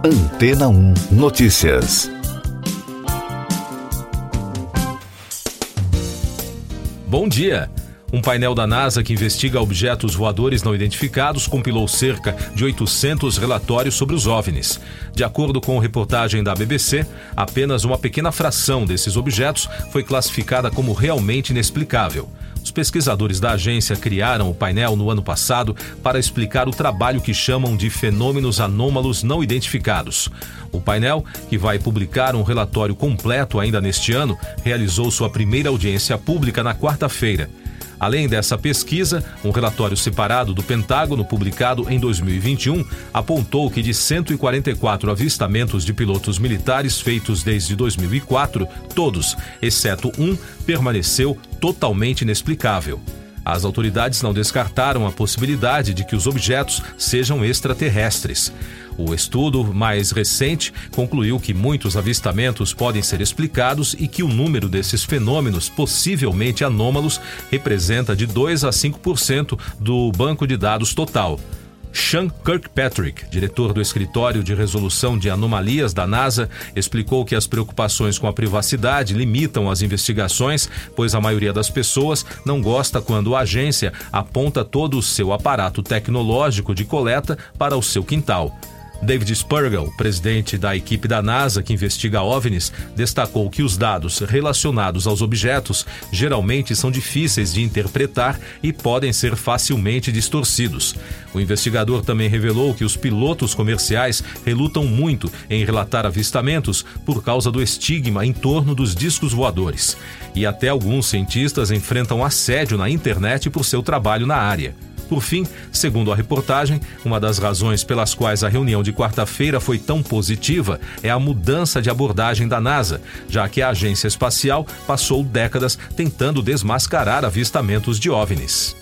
Antena 1 Notícias. Bom dia! Um painel da NASA que investiga objetos voadores não identificados compilou cerca de 800 relatórios sobre os OVNIs. De acordo com reportagem da BBC, apenas uma pequena fração desses objetos foi classificada como realmente inexplicável. Os pesquisadores da agência criaram o painel no ano passado para explicar o trabalho que chamam de fenômenos anômalos não identificados. O painel, que vai publicar um relatório completo ainda neste ano, realizou sua primeira audiência pública na quarta-feira. Além dessa pesquisa, um relatório separado do Pentágono, publicado em 2021, apontou que de 144 avistamentos de pilotos militares feitos desde 2004, todos, exceto um, permaneceu totalmente inexplicável. As autoridades não descartaram a possibilidade de que os objetos sejam extraterrestres. O estudo mais recente concluiu que muitos avistamentos podem ser explicados e que o número desses fenômenos possivelmente anômalos representa de 2 a 5% do banco de dados total. Sean Kirkpatrick, diretor do Escritório de Resolução de Anomalias da NASA, explicou que as preocupações com a privacidade limitam as investigações, pois a maioria das pessoas não gosta quando a agência aponta todo o seu aparato tecnológico de coleta para o seu quintal. David Spergel, presidente da equipe da NASA que investiga OVNIs, destacou que os dados relacionados aos objetos geralmente são difíceis de interpretar e podem ser facilmente distorcidos. O investigador também revelou que os pilotos comerciais relutam muito em relatar avistamentos por causa do estigma em torno dos discos voadores. E até alguns cientistas enfrentam assédio na internet por seu trabalho na área. Por fim, segundo a reportagem, uma das razões pelas quais a reunião de quarta-feira foi tão positiva é a mudança de abordagem da NASA, já que a agência espacial passou décadas tentando desmascarar avistamentos de OVNIs.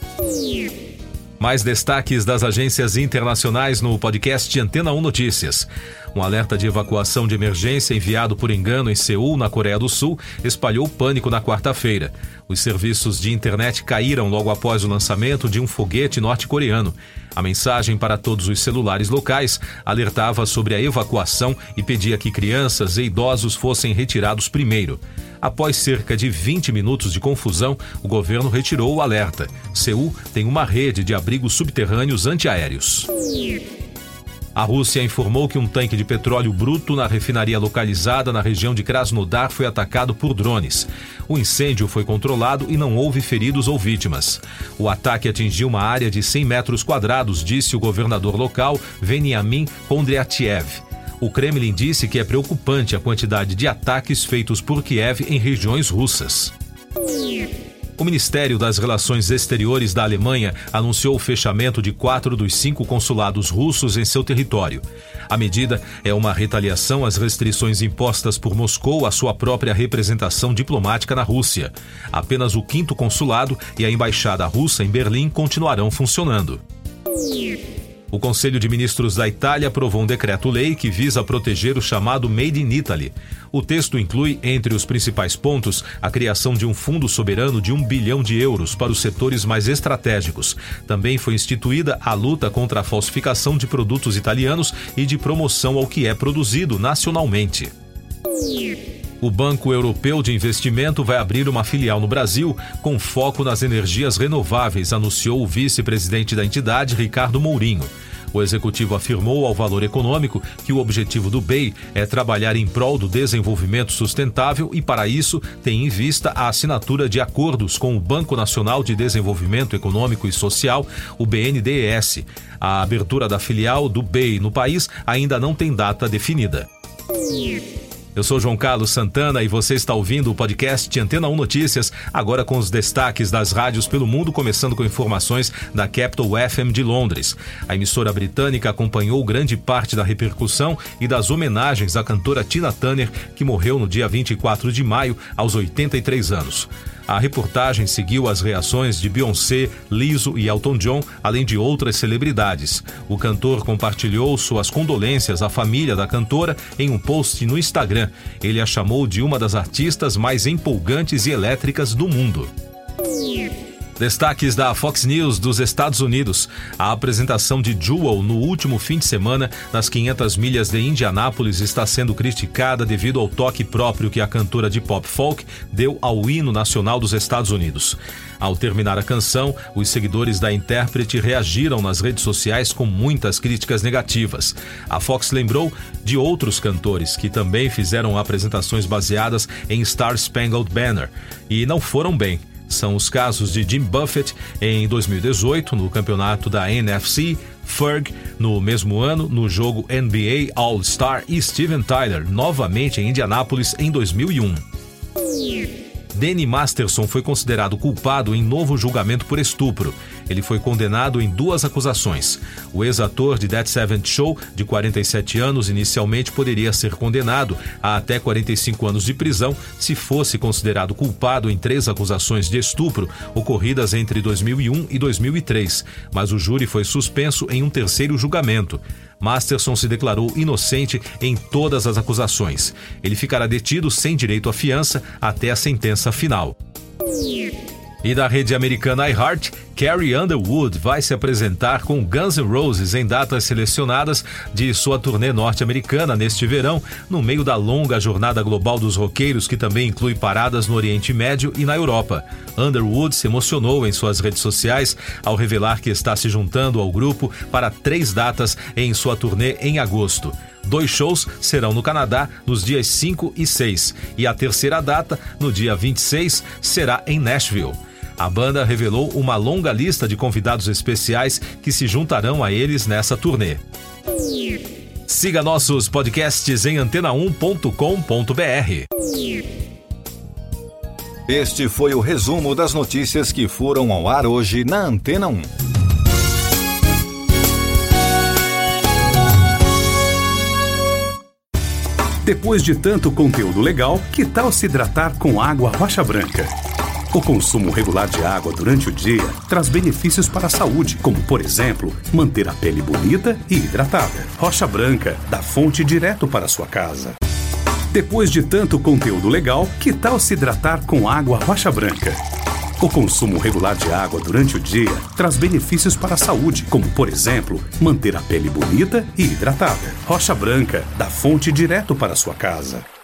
Mais destaques das agências internacionais no podcast Antena 1 Notícias. Um alerta de evacuação de emergência enviado por engano em Seul, na Coreia do Sul, espalhou pânico na quarta-feira. Os serviços de internet caíram logo após o lançamento de um foguete norte-coreano. A mensagem para todos os celulares locais alertava sobre a evacuação e pedia que crianças e idosos fossem retirados primeiro. Após cerca de 20 minutos de confusão, o governo retirou o alerta. Seul tem uma rede de abrigos subterrâneos antiaéreos. A Rússia informou que um tanque de petróleo bruto na refinaria localizada na região de Krasnodar foi atacado por drones. O incêndio foi controlado e não houve feridos ou vítimas. O ataque atingiu uma área de 100 metros quadrados, disse o governador local, Veniamin Kondratiev. O Kremlin disse que é preocupante a quantidade de ataques feitos por Kiev em regiões russas. O Ministério das Relações Exteriores da Alemanha anunciou o fechamento de 4 dos 5 consulados russos em seu território. A medida é uma retaliação às restrições impostas por Moscou à sua própria representação diplomática na Rússia. Apenas o 5º consulado e a embaixada russa em Berlim continuarão funcionando. O Conselho de Ministros da Itália aprovou um decreto-lei que visa proteger o chamado Made in Italy. O texto inclui, entre os principais pontos, a criação de um fundo soberano de 1 bilhão de euros para os setores mais estratégicos. Também foi instituída a luta contra a falsificação de produtos italianos e de promoção ao que é produzido nacionalmente. O Banco Europeu de Investimento vai abrir uma filial no Brasil com foco nas energias renováveis, anunciou o vice-presidente da entidade, Ricardo Mourinho. O executivo afirmou ao Valor Econômico que o objetivo do BEI é trabalhar em prol do desenvolvimento sustentável e, para isso, tem em vista a assinatura de acordos com o Banco Nacional de Desenvolvimento Econômico e Social, o BNDES. A abertura da filial do BEI no país ainda não tem data definida. Eu sou João Carlos Santana e você está ouvindo o podcast Antena 1 Notícias, agora com os destaques das rádios pelo mundo, começando com informações da Capital FM de Londres. A emissora britânica acompanhou grande parte da repercussão e das homenagens à cantora Tina Turner, que morreu no dia 24 de maio, aos 83 anos. A reportagem seguiu as reações de Beyoncé, Lizzo e Elton John, além de outras celebridades. O cantor compartilhou suas condolências à família da cantora em um post no Instagram. Ele a chamou de uma das artistas mais empolgantes e elétricas do mundo. Destaques da Fox News dos Estados Unidos. A apresentação de Jewel no último fim de semana nas 500 milhas de Indianápolis está sendo criticada devido ao toque próprio que a cantora de pop folk deu ao hino nacional dos Estados Unidos. Ao terminar a canção, os seguidores da intérprete reagiram nas redes sociais com muitas críticas negativas. A Fox lembrou de outros cantores que também fizeram apresentações baseadas em Star Spangled Banner e não foram bem. São os casos de Jim Buffett em 2018 no campeonato da NFC, Ferg no mesmo ano no jogo NBA All-Star e Steven Tyler novamente em Indianápolis em 2001. Danny Masterson foi considerado culpado em novo julgamento por estupro. Ele foi condenado em 2 acusações. O ex-ator de That 70 Show, de 47 anos, inicialmente poderia ser condenado a até 45 anos de prisão se fosse considerado culpado em 3 acusações de estupro ocorridas entre 2001 e 2003, mas o júri foi suspenso em um 3º julgamento. Masterson se declarou inocente em todas as acusações. Ele ficará detido sem direito à fiança até a sentença final. E da rede americana iHeart, Carrie Underwood vai se apresentar com Guns N' Roses em datas selecionadas de sua turnê norte-americana neste verão, no meio da longa jornada global dos roqueiros que também inclui paradas no Oriente Médio e na Europa. Underwood se emocionou em suas redes sociais ao revelar que está se juntando ao grupo para 3 datas em sua turnê em agosto. 2 shows serão no Canadá nos dias 5 e 6 e a terceira data, no dia 26, será em Nashville. A banda revelou uma longa lista de convidados especiais que se juntarão a eles nessa turnê. Siga nossos podcasts em antena1.com.br. Este foi o resumo das notícias que foram ao ar hoje na Antena 1. Depois de tanto conteúdo legal, que tal se hidratar com água Rocha Branca? O consumo regular de água durante o dia traz benefícios para a saúde, como, por exemplo, manter a pele bonita e hidratada. Rocha Branca, da fonte direto para a sua casa. Depois de tanto conteúdo legal, que tal se hidratar com água Rocha Branca? O consumo regular de água durante o dia traz benefícios para a saúde, como, por exemplo, manter a pele bonita e hidratada. Rocha Branca, da fonte direto para a sua casa.